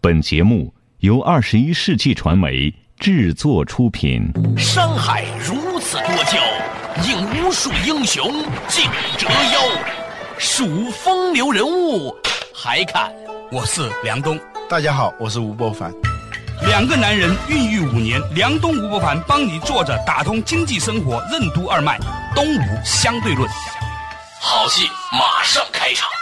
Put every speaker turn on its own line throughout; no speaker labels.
本节目由21世纪传媒制作出品。
山海如此多娇，引无数英雄竞折腰。数风流人物，还看
我是梁东。
大家好，我是吴伯凡。
两个男人孕育5年，梁东吴伯凡帮你做着打通经济生活任督二脉，东吴相对论。
好戏马上开场。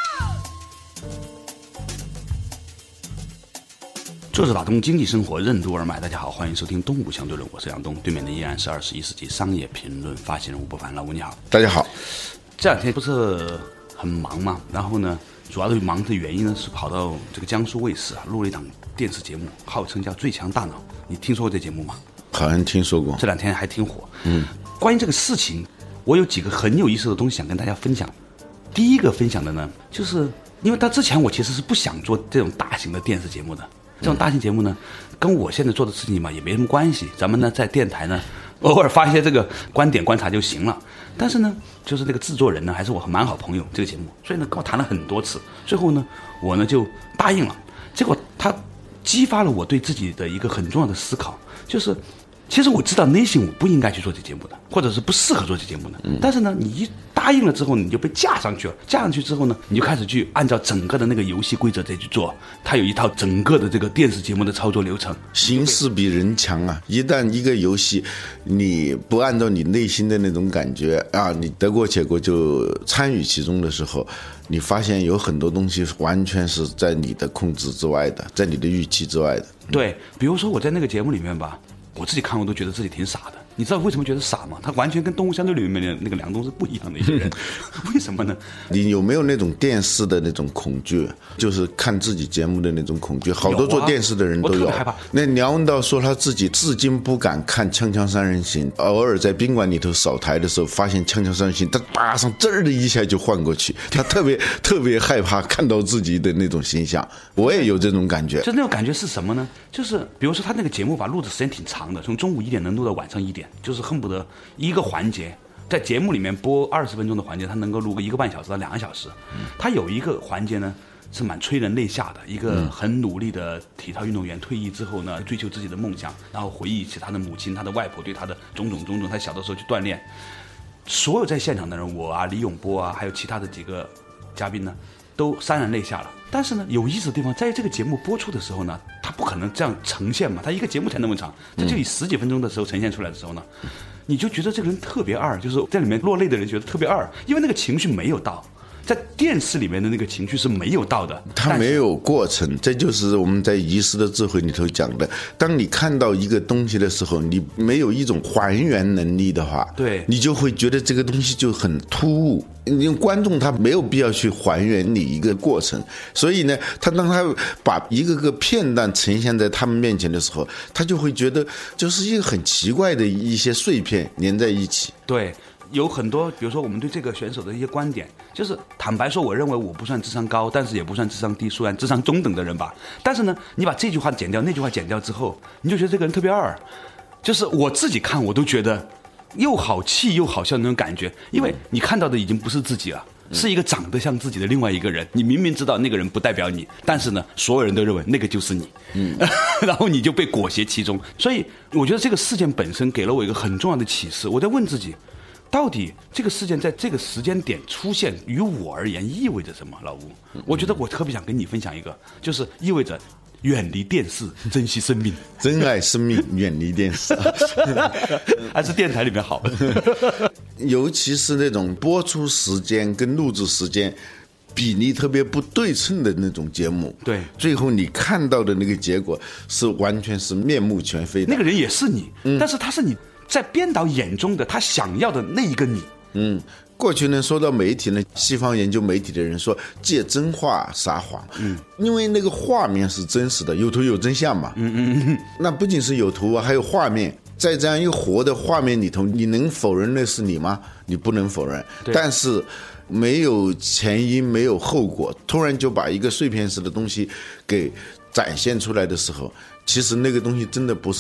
作者打通经济生活任督二脉，大家好，欢迎收听东吴相对论，我是梁东，对面的依然是21世纪商业评论发行人吴伯凡。老吴你好。
大家好。
这两天不是很忙嘛，然后呢主要的忙的原因呢是跑到这个江苏卫视录了一档电视节目，号称叫最强大脑。你听说过这节目吗？
好像听说过，
这两天还挺火。关于这个事情我有几个很有意思的东西想跟大家分享。第一个分享的呢，就是因为到之前我其实是不想做这种大型的电视节目的，这种大型节目呢跟我现在做的事情嘛也没什么关系，咱们呢在电台呢偶尔发一些这个观点观察就行了。但是呢就是这个制作人呢还是我蛮好朋友这个节目，所以呢跟我谈了很多次，最后呢我呢就答应了。结果他激发了我对自己的一个很重要的思考，就是其实我知道内心我不应该去做这节目的，或者是不适合做这节目的，但是呢你一答应了之后你就被架上去了，架上去之后呢你就开始去按照整个的那个游戏规则再去做，它有一套整个的这个电视节目的操作流程。
形势比人强啊，一旦一个游戏你不按照你内心的那种感觉啊，你得过且过就参与其中的时候，你发现有很多东西完全是在你的控制之外的，在你的预期之外的。
对，比如说我在那个节目里面吧，我自己看我都觉得自己挺傻的。你知道为什么觉得傻吗？他完全跟动物相对论里面的那个梁东是不一样的一个人。为什么呢？
你有没有那种电视的那种恐惧，就是看自己节目的那种恐惧？好多做电视的人都有。
我特别害怕。
那梁文道说他自己至今不敢看《锵锵三人行》，偶尔在宾馆里头扫台的时候发现《锵锵三人行》，他马上滋儿的一下就换过去，他特别害怕看到自己的那种形象。我也有这种感觉。
就那种感觉是什么呢？就是比如说他那个节目吧，录的时间挺长的，从中午1点能录到晚上1点，就是恨不得一个环节在节目里面播20分钟的环节，他能够录个1个半小时到2个小时。他有一个环节呢是蛮催人泪下的，一个很努力的体操运动员退役之后呢，追求自己的梦想，然后回忆起他的母亲他的外婆对他的种种，他小的时候去锻炼。所有在现场的人，我啊李永波啊还有其他的几个嘉宾呢都潸然泪下了。但是呢有意思的地方，在这个节目播出的时候呢，他不可能这样呈现嘛，他一个节目才那么长，他就以10几分钟的时候呈现出来的时候呢，你就觉得这个人特别二，就是在里面落泪的人觉得特别二，因为那个情绪没有到，在电视里面的那个情绪是没有到的，
它没有过程。这就是我们在遗失的智慧里头讲的，当你看到一个东西的时候，你没有一种还原能力的话，
对，
你就会觉得这个东西就很突兀。因为观众他没有必要去还原你一个过程，所以呢当他把一个个片段呈现在他们面前的时候，他就会觉得就是一个很奇怪的一些碎片连在一起。
对，有很多比如说我们对这个选手的一些观点，就是坦白说我认为我不算智商高，但是也不算智商低，虽然智商中等的人吧，但是呢你把这句话剪掉那句话剪掉之后，你就觉得这个人特别二，就是我自己看我都觉得又好气又好笑那种感觉，因为你看到的已经不是自己了，是一个长得像自己的另外一个人，你明明知道那个人不代表你，但是呢所有人都认为那个就是你，然后你就被裹挟其中。所以我觉得这个事件本身给了我一个很重要的启示，我在问自己，到底这个事件在这个时间点出现于我而言意味着什么？老吴，我觉得我特别想跟你分享一个，就是意味着远离电视，珍惜生命，
珍爱生命，远离电视。
还是电台里面好。
尤其是那种播出时间跟录制时间比例特别不对称的那种节目，
对，
最后你看到的那个结果是完全是面目全非的。
那个人也是你，但是他是你在编导眼中的他想要的那一个你。
过去呢，说到媒体呢，西方研究媒体的人说借真话撒谎，因为那个画面是真实的，有图有真相嘛，那不仅是有图啊，还有画面，在这样一个活的画面里头，你能否认那是你吗？你不能否认，但是没有前因没有后果，突然就把一个碎片式的东西给展现出来的时候，其实那个东西真的不是你。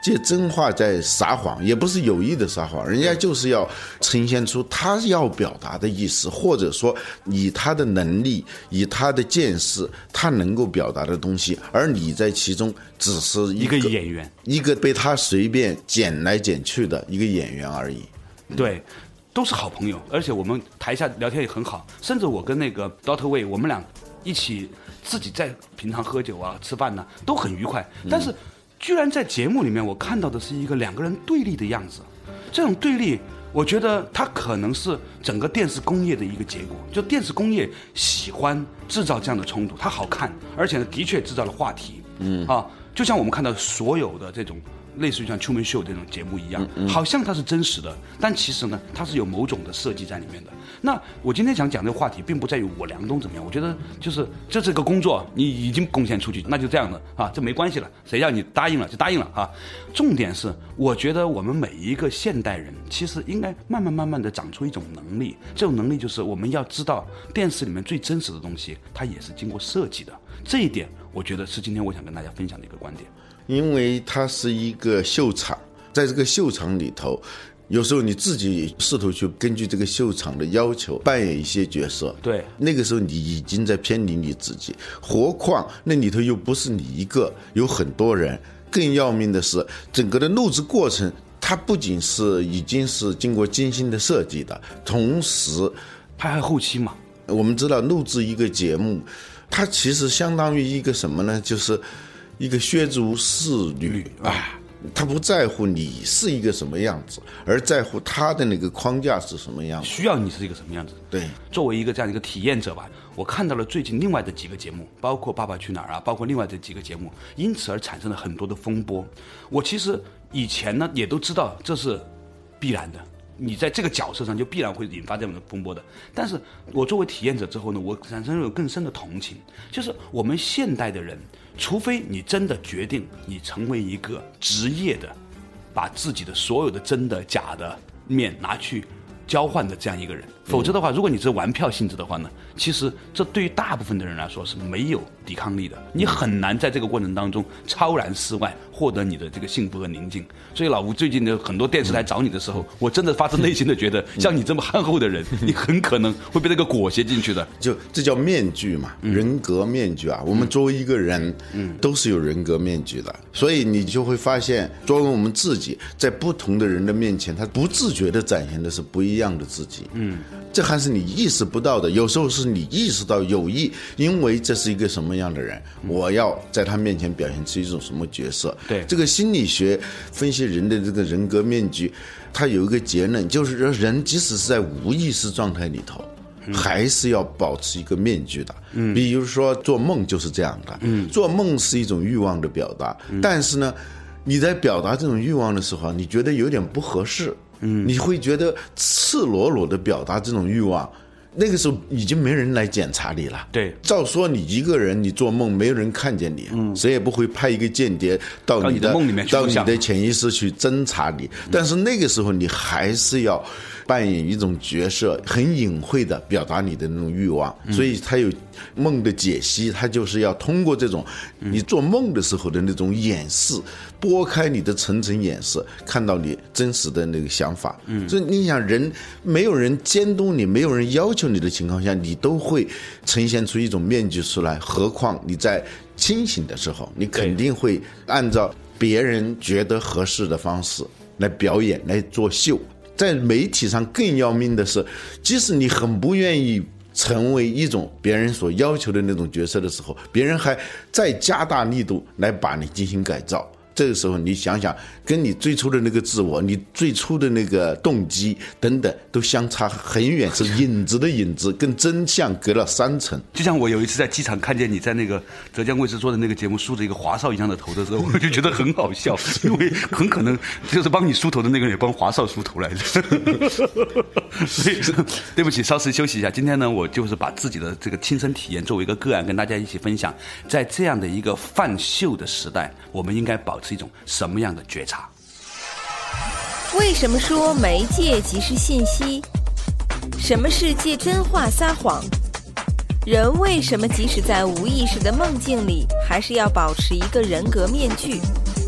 借真话在撒谎，也不是有意的撒谎，人家就是要呈现出他要表达的意思，或者说以他的能力，以他的见识，他能够表达的东西，而你在其中只是
一个演员，
一个被他随便剪来剪去的一个演员而已。
对，都是好朋友，而且我们台下聊天也很好，甚至我跟那个 Dr. Wei 我们俩一起自己在平常喝酒啊、吃饭呢、都很愉快。但是居然在节目里面，我看到的是一个两个人对立的样子。这种对立，我觉得它可能是整个电视工业的一个结果。就电视工业喜欢制造这样的冲突，它好看，而且呢，的确制造了话题。就像我们看到所有的这种类似于像《Truman Show》这种节目一样，好像它是真实的，但其实呢，它是有某种的设计在里面的。那我今天想讲这个话题，并不在于我梁冬怎么样，我觉得就是这是个工作，你已经贡献出去，那就这样的啊，这没关系了，谁让你答应了就答应了啊。重点是，我觉得我们每一个现代人，其实应该慢慢的长出一种能力，这种能力就是我们要知道电视里面最真实的东西，它也是经过设计的。这一点，我觉得是今天我想跟大家分享的一个观点。
因为它是一个秀场，在这个秀场里头，有时候你自己试图去根据这个秀场的要求扮演一些角色，
对，
那个时候你已经在偏离你自己，何况那里头又不是你一个，有很多人。更要命的是，整个的录制过程，它不仅是已经是经过精心的设计的，同时
还有后期嘛。
我们知道录制一个节目，它其实相当于一个什么呢？就是一个削足适履啊，他不在乎你是一个什么样子，而在乎他的那个框架是什么样子，
需要你是一个什么样子。
对，
作为一个这样一个体验者吧，我看到了最近另外的几个节目，包括《爸爸去哪儿》啊，包括另外的几个节目，因此而产生了很多的风波。我其实以前呢也都知道这是必然的。你在这个角色上就必然会引发这样的风波的，但是我作为体验者之后呢，我产生了更深的同情，就是我们现代的人，除非你真的决定你成为一个职业的，把自己的所有的真的假的面拿去交换的这样一个人，否则的话，如果你是玩票性质的话呢，其实这对于大部分的人来说是没有抵抗力的，你很难在这个过程当中超然世外，获得你的这个幸福和宁静。所以老吴最近的很多电视台找你的时候，我真的发自内心的觉得，像你这么憨厚的人，你很可能会被这个裹挟进去的。
就这叫面具嘛，人格面具啊。我们作为一个人，都是有人格面具的，所以你就会发现，作为我们自己，在不同的人的面前，他不自觉地展现的是不一样的自己。这还是你意识不到的，有时候是你意识到有意，因为这是一个什么样的人，我要在他面前表现出一种什么角色。
对，
这个心理学分析人的这个人格面具，它有一个结论，就是说人即使是在无意识状态里头，还是要保持一个面具的。比如说做梦就是这样的。做梦是一种欲望的表达，但是呢，你在表达这种欲望的时候，你觉得有点不合适。你会觉得赤裸裸的表达这种欲望，那个时候已经没人来检查你了。
对，
照说你一个人，你做梦没有人看见你，谁也不会派一个间谍到你的
梦里面去，
到你的潜意识去侦查你。但是那个时候你还是要扮演一种角色，很隐晦的表达你的那种欲望。所以它有梦的解析，它就是要通过这种你做梦的时候的那种掩饰，拨开你的层层掩饰，看到你真实的那个想法。所以你想，人没有人监督你，没有人要求你的情况下，你都会呈现出一种面具出来，何况你在清醒的时候，你肯定会按照别人觉得合适的方式来表演，来做秀。在媒体上更要命的是，即使你很不愿意成为一种别人所要求的那种角色的时候，别人还再加大力度来把你进行改造。这个时候你想想，跟你最初的那个自我，你最初的那个动机等等都相差很远，是影子的影子，跟真相隔了3层。
就像我有一次在机场看见你在那个浙江卫视做的那个节目梳着一个华少一样的头的时候，我就觉得很好笑，因为很可能就是帮你梳头的那个人也帮华少梳头来着。所以对不起，稍事休息一下。今天呢，我就是把自己的这个亲身体验作为一个个案跟大家一起分享，在这样的一个泛秀的时代，我们应该保持一种什么样的觉察？
为什么说媒介即是信息？什么是借真话撒谎？人为什么即使在无意识的梦境里，还是要保持一个人格面具？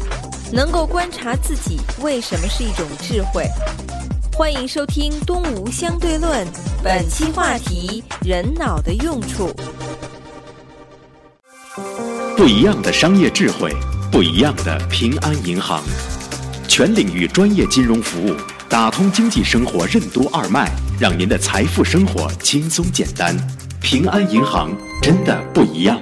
能够观察自己为什么是一种智慧。欢迎收听《东吴相对论》，本期话题：人脑的用处。
不一样的商业智慧，不一样的平安银行，全领域专业金融服务，打通经济生活任督二脉，让您的财富生活轻松简单。平安银行真的不一样。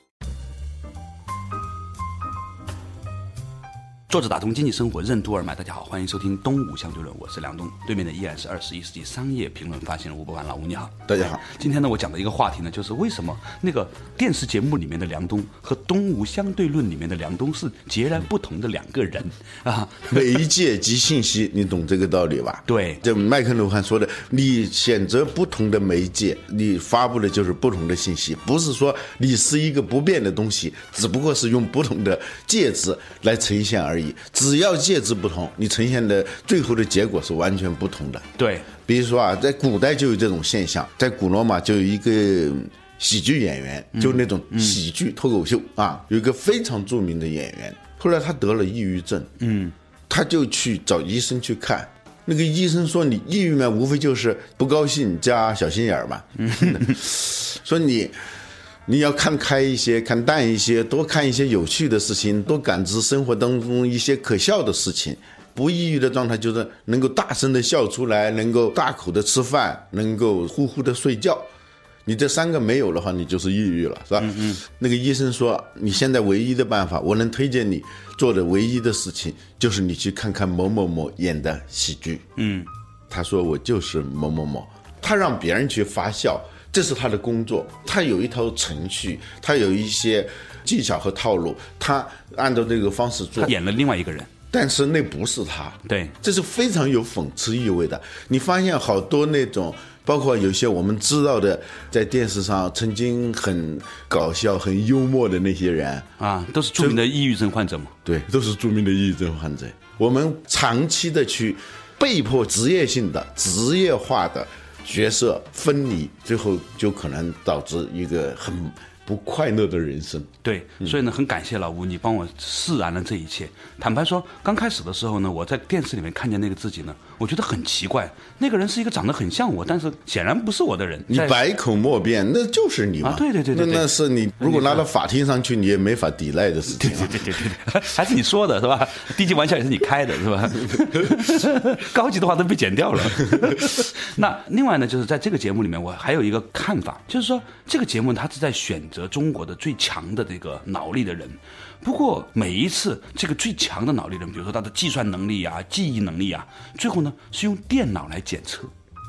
作者打通经济生活任督二脉，大家好，欢迎收听东吴相对论，我是梁东，对面的依然是21世纪商业评论发行人吴伯凡，老吴你好。
大家好。
今天呢，我讲的一个话题呢，就是为什么那个电视节目里面的梁东和东吴相对论里面的梁东是截然不同的两个人啊。
媒介及信息，你懂这个道理吧？
对，
这麦克卢汉说的，你选择不同的媒介，你发布的就是不同的信息，不是说你是一个不变的东西，只不过是用不同的介质来呈现而已。只要介质不同，你呈现的最后的结果是完全不同的。
对，
比如说啊，在古代就有这种现象，在古罗马就有一个喜剧演员，就那种喜剧脱口秀啊，有一个非常著名的演员，后来他得了抑郁症，他就去找医生去看。那个医生说，你抑郁嘛，无非就是不高兴加小心眼儿嘛，说你要看开一些，看淡一些，多看一些有趣的事情，多感知生活当中一些可笑的事情。不抑郁的状态就是能够大声的笑出来，能够大口的吃饭，能够呼呼的睡觉。你这三个没有的话，你就是抑郁了，是吧？那个医生说，你现在唯一的办法，我能推荐你做的唯一的事情，就是你去看看某某某演的喜剧。他说我就是某某某，他让别人去发笑。这是他的工作，他有一套程序，他有一些技巧和套路，他按照这个方式做。
他演了另外一个人，
但是那不是他。
对，
这是非常有讽刺意味的。你发现好多那种，包括有些我们知道的，在电视上曾经很搞笑、很幽默的那些人
啊，都是著名的抑郁症患者嘛。
对，都是著名的抑郁症患者。我们长期的去被迫职业性的、职业化的角色分离，最后就可能导致一个很不快乐的人生。
对，所以呢，很感谢老吴，你帮我释然了这一切。坦白说，刚开始的时候呢，我在电视里面看见那个自己呢，我觉得很奇怪，那个人是一个长得很像我，但是显然不是我的人。
你百口莫辩，那就是你嘛。
啊，对，
那是你如果拿到法庭上去，你也没法抵赖的事情。
对，还是你说的是吧？低级玩笑也是你开的是吧？高级的话都被剪掉了。那另外呢，就是在这个节目里面，我还有一个看法，就是说这个节目它是在选择中国的最强的这个脑力的人。不过每一次这个最强的脑力人，比如说他的计算能力啊、记忆能力啊，最后呢是用电脑来检测。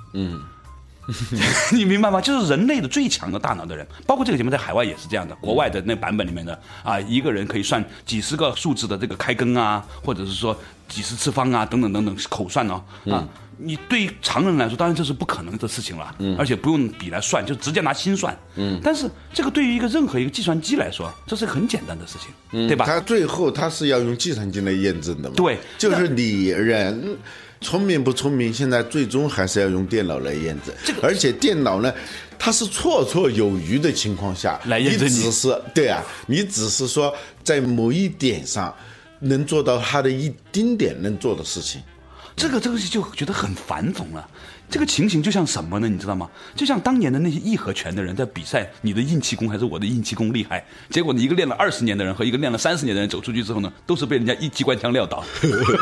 你明白吗？就是人类的最强的大脑的人，包括这个节目在海外也是这样的，国外的那版本里面的啊，一个人可以算几十个数字的这个开根啊，或者是说几十次方啊，等等等等口算哦啊。你对于常人来说，当然这是不可能的事情了，而且不用笔来算，就直接拿心算。但是这个对于任何一个计算机来说，这是很简单的事情，对吧？
他最后他是要用计算机来验证的嘛？
对，
就是你人聪明不聪明，现在最终还是要用电脑来验证。而且电脑呢，它是绰绰有余的情况下
来验证
你只是对啊，你只是说在某一点上能做到它的一丁点能做的事情。
这个东西就觉得很反讽了。这个情形就像什么呢？你知道吗？就像当年的那些义和拳的人在比赛，你的硬气功还是我的硬气功厉害。结果你一个练了20年的人和一个练了30年的人走出去之后呢，都是被人家一机关枪撂倒。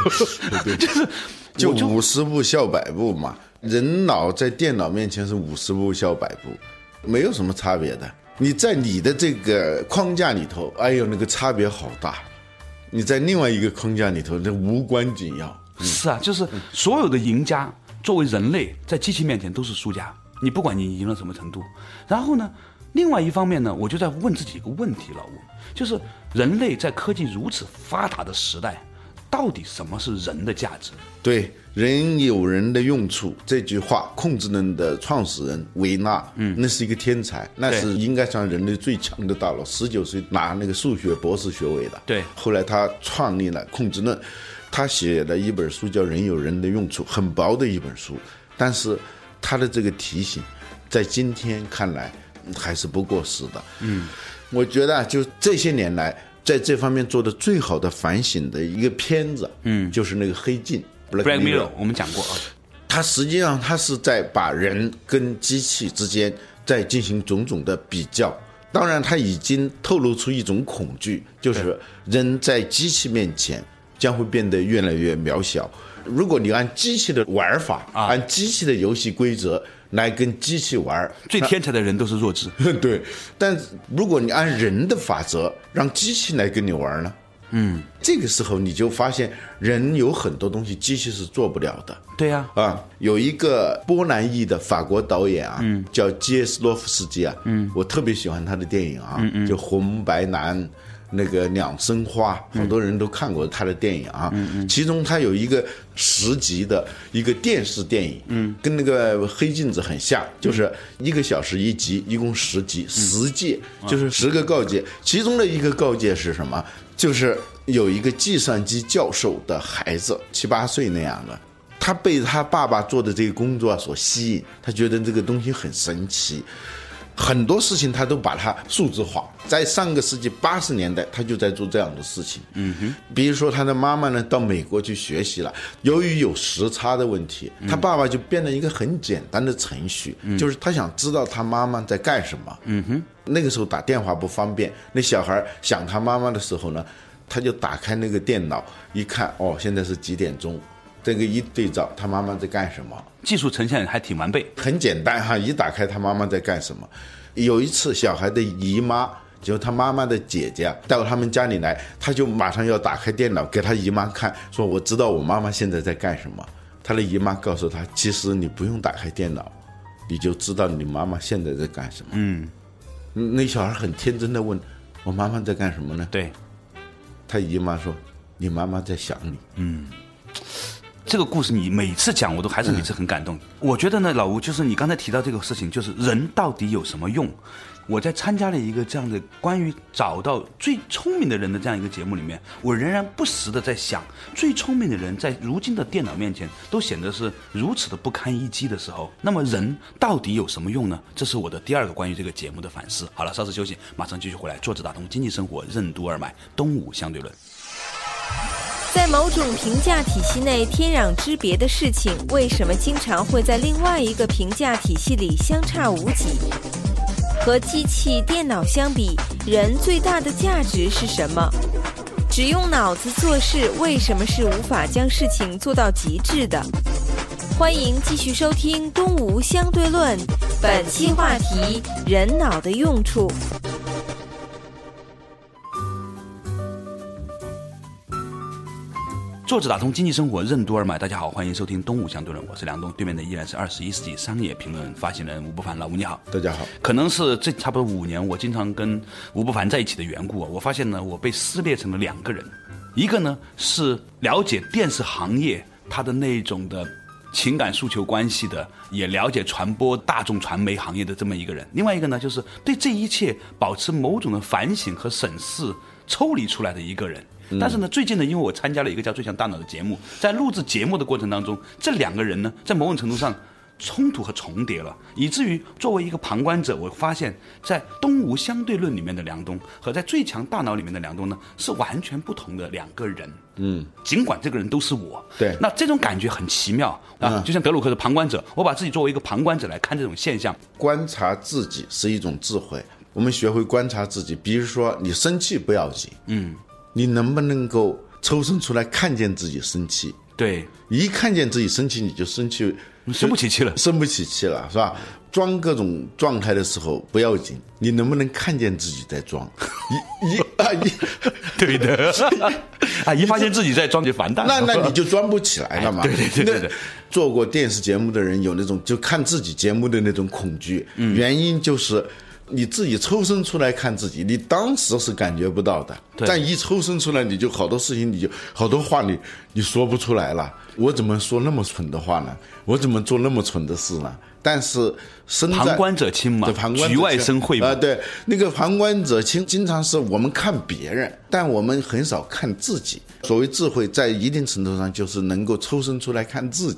就50步笑100步嘛。人脑在电脑面前是50步笑100步，没有什么差别的。你在你的这个框架里头，哎呦，那个差别好大。你在另外一个框架里头，那无关紧要。
是啊，就是所有的赢家作为人类在机器面前都是输家，你不管你赢了什么程度。然后呢，另外一方面呢，我就在问自己一个问题，老吴，就是人类在科技如此发达的时代，到底什么是人的价值？
对，人有人的用处这句话，控制论的创始人维纳，那是一个天才，那是应该算人类最强的大佬，19岁拿那个数学博士学位的。
对，
后来他创立了控制论，他写了一本书叫《人有人的用处》，很薄的一本书，但是他的这个提醒，在今天看来还是不过时的。我觉得就这些年来， 在这方面做的最好的反省的一个片子，就是那个黑镜
Black Mirror 我们讲过啊。
它实际上它是在把人跟机器之间在进行种种的比较。当然它已经透露出一种恐惧，就是人在机器面前将会变得越来越渺小。如果你按机器的玩法，按机器的游戏规则来跟机器玩，
最天才的人都是弱智。
对，但如果你按人的法则让机器来跟你玩呢？这个时候你就发现人有很多东西机器是做不了的。
对呀，
有一个波兰裔的法国导演啊，叫基斯洛夫斯基啊，我特别喜欢他的电影啊，就红白蓝。那个两生花，好多人都看过他的电影啊。其中他有一个10集的一个电视电影，跟那个黑镜子很像，就是1个小时1集，一共10集，10届，就是10个告诫。其中的一个告诫是什么？就是有一个计算机教授的孩子，7、8岁那样的，他被他爸爸做的这个工作所吸引，他觉得这个东西很神奇。很多事情他都把它数字化，在上个世纪80年代，他就在做这样的事情。比如说他的妈妈呢到美国去学习了，由于有时差的问题，他爸爸就编了一个很简单的程序，就是他想知道他妈妈在干什么。那个时候打电话不方便，那小孩想他妈妈的时候呢，他就打开那个电脑一看，现在是几点钟。这个一对照，他妈妈在干什么？
技术呈现还挺完备，
很简单哈，一打开他妈妈在干什么。有一次小孩的姨妈，就是他妈妈的姐姐到他们家里来，他就马上要打开电脑给他姨妈看，说我知道我妈妈现在在干什么。他的姨妈告诉他，其实你不用打开电脑，你就知道你妈妈现在在干什么。那小孩很天真的问，我妈妈在干什么呢？
对，
他姨妈说，你妈妈在想你。
这个故事你每次讲我都还是每次很感动。我觉得呢，老吴，就是你刚才提到这个事情，就是人到底有什么用。我在参加了一个这样的关于找到最聪明的人的这样一个节目里面，我仍然不时的在想，最聪明的人在如今的电脑面前都显得是如此的不堪一击的时候，那么人到底有什么用呢？这是我的第2个关于这个节目的反思。好了，稍事休息，马上继续回来。坐着打通经济生活，任督二脉，东吴相对论。
在某种评价体系内天壤之别的事情，为什么经常会在另外一个评价体系里相差无几？和机器、电脑相比，人最大的价值是什么？只用脑子做事，为什么是无法将事情做到极致的？欢迎继续收听《东吴相对论》，本期话题：人脑的用处。
坐着打通经济生活，任督二脉。大家好，欢迎收听东吴相对论，我是梁东，对面的依然是21世纪商业评论发行人吴不凡。老吴你好。
大家好。
可能是这差不多5年，我经常跟吴不凡在一起的缘故，我发现呢，我被撕裂成了2个人。一个呢是了解电视行业它的那种的情感诉求关系的，也了解传播大众传媒行业的这么一个人。另外一个呢，就是对这一切保持某种的反省和审视，抽离出来的一个人。但是呢，最近呢，因为我参加了一个叫《最强大脑》的节目，在录制节目的过程当中，这2个人呢，在某种程度上冲突和重叠了，以至于作为一个旁观者，我发现在东吴相对论里面的梁东和在最强大脑里面的梁东呢，是完全不同的2个人。尽管这个人都是我，
对，
那这种感觉很奇妙啊，就像德鲁克的旁观者，我把自己作为一个旁观者来看这种现象。
观察自己是一种智慧，我们学会观察自己。比如说，你生气不要紧，你能不能够抽身出来看见自己生气？
对，
一看见自己生气，你就生气，
生不起气了，
是吧？装各种状态的时候不要紧，你能不能看见自己在装？
对的，一发现自己在装就完蛋了，
那你就装不起来了嘛。
对。
做过电视节目的人有那种就看自己节目的那种恐惧，原因就是你自己抽身出来看自己，你当时是感觉不到的，但一抽身出来，你就好多事情，你就好多话你说不出来了。我怎么说那么蠢的话呢？我怎么做那么蠢的事呢？但是
旁观者清嘛，局外生慧嘛。
对，那个旁观者清，经常是我们看别人，但我们很少看自己。所谓智慧，在一定程度上就是能够抽身出来看自己。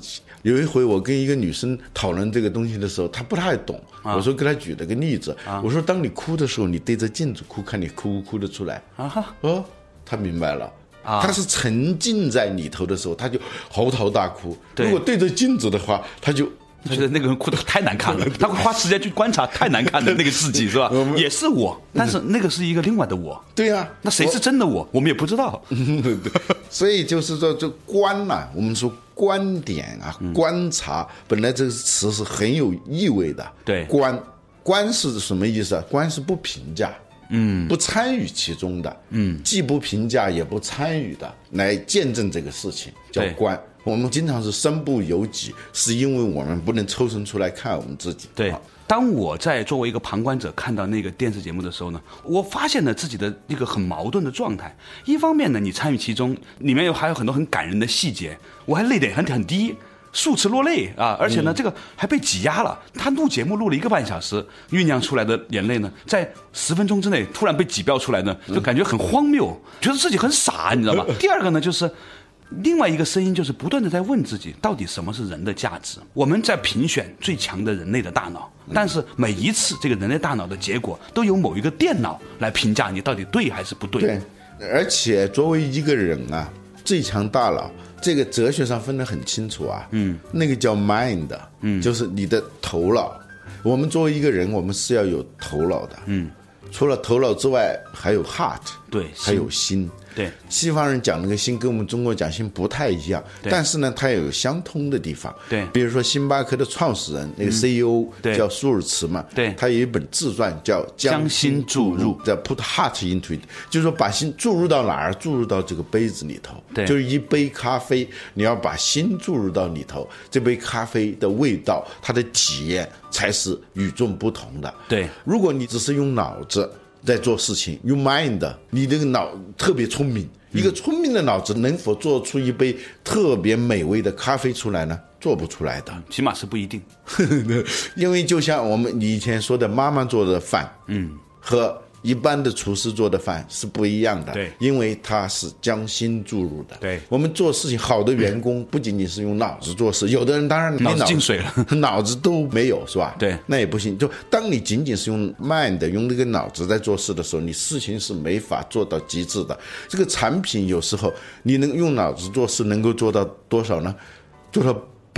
有一回我跟一个女生讨论这个东西的时候，她不太懂，我说给她举了个例子，我说当你哭的时候，你对着镜子哭，看你哭不哭得出来哦，她明白了。她是沉浸在里头的时候，她就嚎啕大哭。如果对着镜子的话，她就
觉得那个人哭得太难看了，他会花时间去观察太难看的那个自己，是吧？也是我，但是那个是一个另外的我。
对呀，
那谁是真的我们也不知道。
所以就是说，这观啊，我们说观点啊，观察，本来这个词是很有意味的。
对，
观是什么意思啊？观是不评价。不参与其中的，既不评价也不参与的，来见证这个事情，叫观。我们经常是身不由己，是因为我们不能抽身出来看我们自己。
对，当我在作为一个旁观者看到那个电视节目的时候呢，我发现了自己的一个很矛盾的状态。一方面呢，你参与其中，里面还有很多很感人的细节，我还泪点很低。数次落泪啊！而且呢，这个还被挤压了。他录节目录了1个半小时，酝酿出来的眼泪呢，在10分钟之内突然被挤飙出来呢，就感觉很荒谬，觉得自己很傻，你知道吗？第二个呢，就是另外一个声音，就是不断的在问自己，到底什么是人的价值？我们在评选最强的人类的大脑，但是每一次这个人类大脑的结果，都由某一个电脑来评价你到底对还是不对。
对，而且作为一个人啊，最强大脑。这个哲学上分得很清楚啊，那个叫 mind，就是你的头脑。我们作为一个人，我们是要有头脑的，除了头脑之外，还有 heart，
对，
还有心。
对，
西方人讲那个心跟我们中国讲心不太一样，但是呢，它也有相通的地方。
对，
比如说星巴克的创始人那个 CEO 叫舒尔茨嘛，
对，
他有一本自传叫《将心注入》，叫 Put Heart into It， 就是说把心注入到哪儿？注入到这个杯子里头。
对，
就是一杯咖啡，你要把心注入到里头，这杯咖啡的味道，它的体验才是与众不同的。
对，
如果你只是用脑子在做事情，用 mind， 你这个脑特别聪明，一个聪明的脑子能否做出一杯特别美味的咖啡出来呢？做不出来的，
起码是不一定。
因为就像我们以前说的，妈妈做的饭，和一般的厨师做的饭是不一样的，
对，
因为他是将心注入的。
对，
我们做事情，好的员工不仅仅是用脑子做事，有的人当然
脑子进水了，
脑子都没有，是吧？
对，
那也不行。就当你仅仅是用 mind 用那个脑子在做事的时候，你事情是没法做到极致的。这个产品有时候你能用脑子做事，能够做到多少呢？做到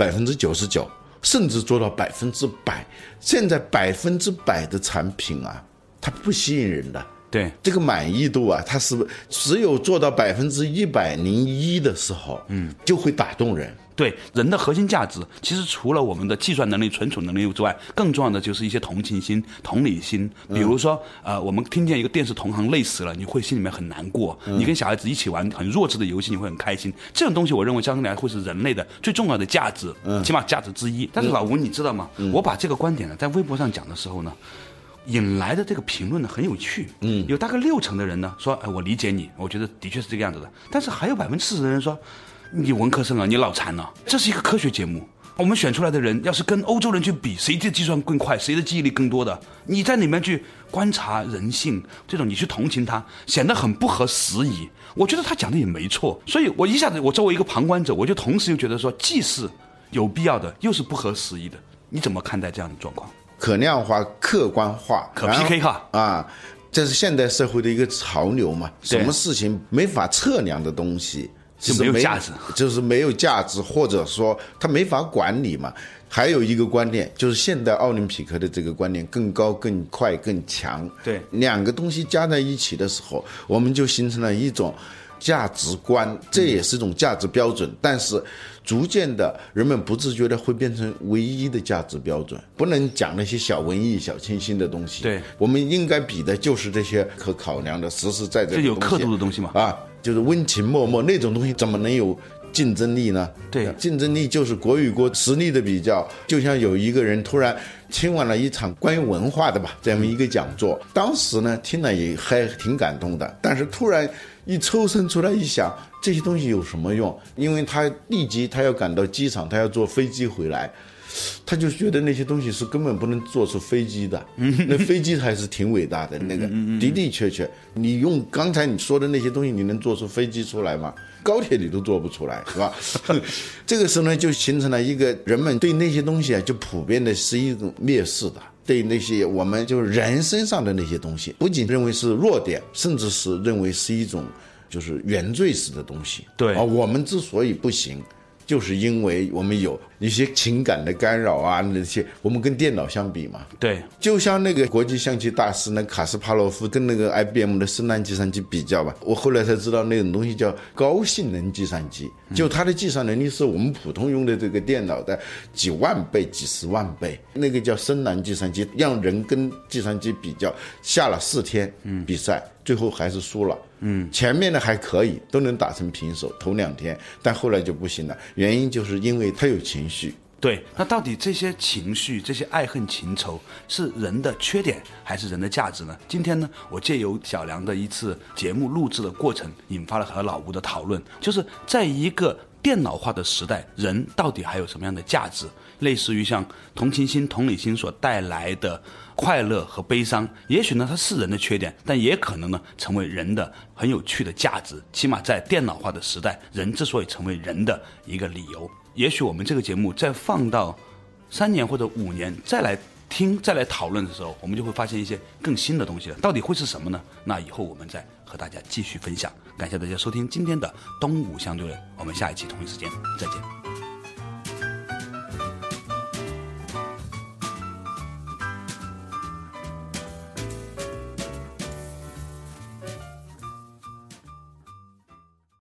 99%，甚至做到100%。现在100%的产品啊，它不吸引人的。
对，
这个满意度啊，它是只有做到101%的时候，就会打动人。
对，人的核心价值其实除了我们的计算能力、存储能力之外，更重要的就是一些同情心、同理心。比如说，我们听见一个电视同行累死了，你会心里面很难过。你跟小孩子一起玩很弱智的游戏，你会很开心。这种东西，我认为相对来会是人类的最重要的价值，起码价值之一。但是老吴，你知道吗？我把这个观点呢，在微博上讲的时候呢，引来的这个评论呢很有趣，有大概60%的人呢说，我理解你，我觉得的确是这个样子的。但是还有40%的人说，你文科生啊，你脑残了。这是一个科学节目，我们选出来的人要是跟欧洲人去比，谁的计算更快，谁的记忆力更多的，你在里面去观察人性，这种你去同情他，显得很不合时宜。我觉得他讲的也没错，所以我一下子我作为一个旁观者，我就同时又觉得说，既是有必要的，又是不合时宜的。你怎么看待这样的状况？
可量化、客观化、
可 PK 化
啊，这是现代社会的一个潮流嘛。什么事情没法测量的东西
就没有价值，
就是没有价值，或者说它没法管理嘛。还有一个观念，就是现代奥林匹克的这个观念，更高、更快、更强。
对，
两个东西加在一起的时候，我们就形成了一种价值观，这也是一种价值标准。但是逐渐的，人们不自觉的会变成唯一的价值标准，不能讲那些小文艺、小清新的东西。
对，
我们应该比的就是这些可考量的、实实在在的东西，
这有刻度的东西嘛。
啊，就是温情脉脉那种东西，怎么能有竞争力呢？
对，
竞争力就是国与国实力的比较。就像有一个人突然听完了一场关于文化的吧，这样一个讲座，当时呢听了也还挺感动的，但是突然一抽身出来一想，这些东西有什么用？因为他立即他要赶到机场，他要坐飞机回来。 他就觉得那些东西是根本不能做出飞机的。那飞机还是挺伟大的，那个的的确确，你用刚才你说的那些东西，你能做出飞机出来吗？高铁你都做不出来，是吧？这个时候呢，就形成了一个人们对那些东西啊，就普遍的是一种蔑视的。对那些我们就是人身上的那些东西，不仅认为是弱点，甚至是认为是一种就是原罪式的东西。
对
啊，我们之所以不行，就是因为我们有一些情感的干扰啊，那些我们跟电脑相比嘛。
对，
就像那个国际象棋大师那卡斯帕洛夫跟那个 IBM 的深蓝计算机比较吧，我后来才知道那种东西叫高性能计算机，就它的计算能力是我们普通用的这个电脑的几万倍、几十万倍。那个叫深蓝计算机，让人跟计算机比较，下了4天比赛，最后还是输了。前面的还可以，都能打成平手，头2天，但后来就不行了。原因就是因为他有情绪。
对，那到底这些情绪、这些爱恨情仇是人的缺点还是人的价值呢？今天呢，我借由小梁的一次节目录制的过程，引发了和老吴的讨论，就是在一个电脑化的时代，人到底还有什么样的价值？类似于像同情心、同理心所带来的快乐和悲伤，也许呢它是人的缺点，但也可能呢成为人的很有趣的价值。起码在电脑化的时代，人之所以成为人的一个理由。也许我们这个节目再放到3年或者5年再来听、再来讨论的时候，我们就会发现一些更新的东西了。到底会是什么呢？那以后我们再和大家继续分享。感谢大家收听今天的东吴相对论，我们下一期同一时间再见。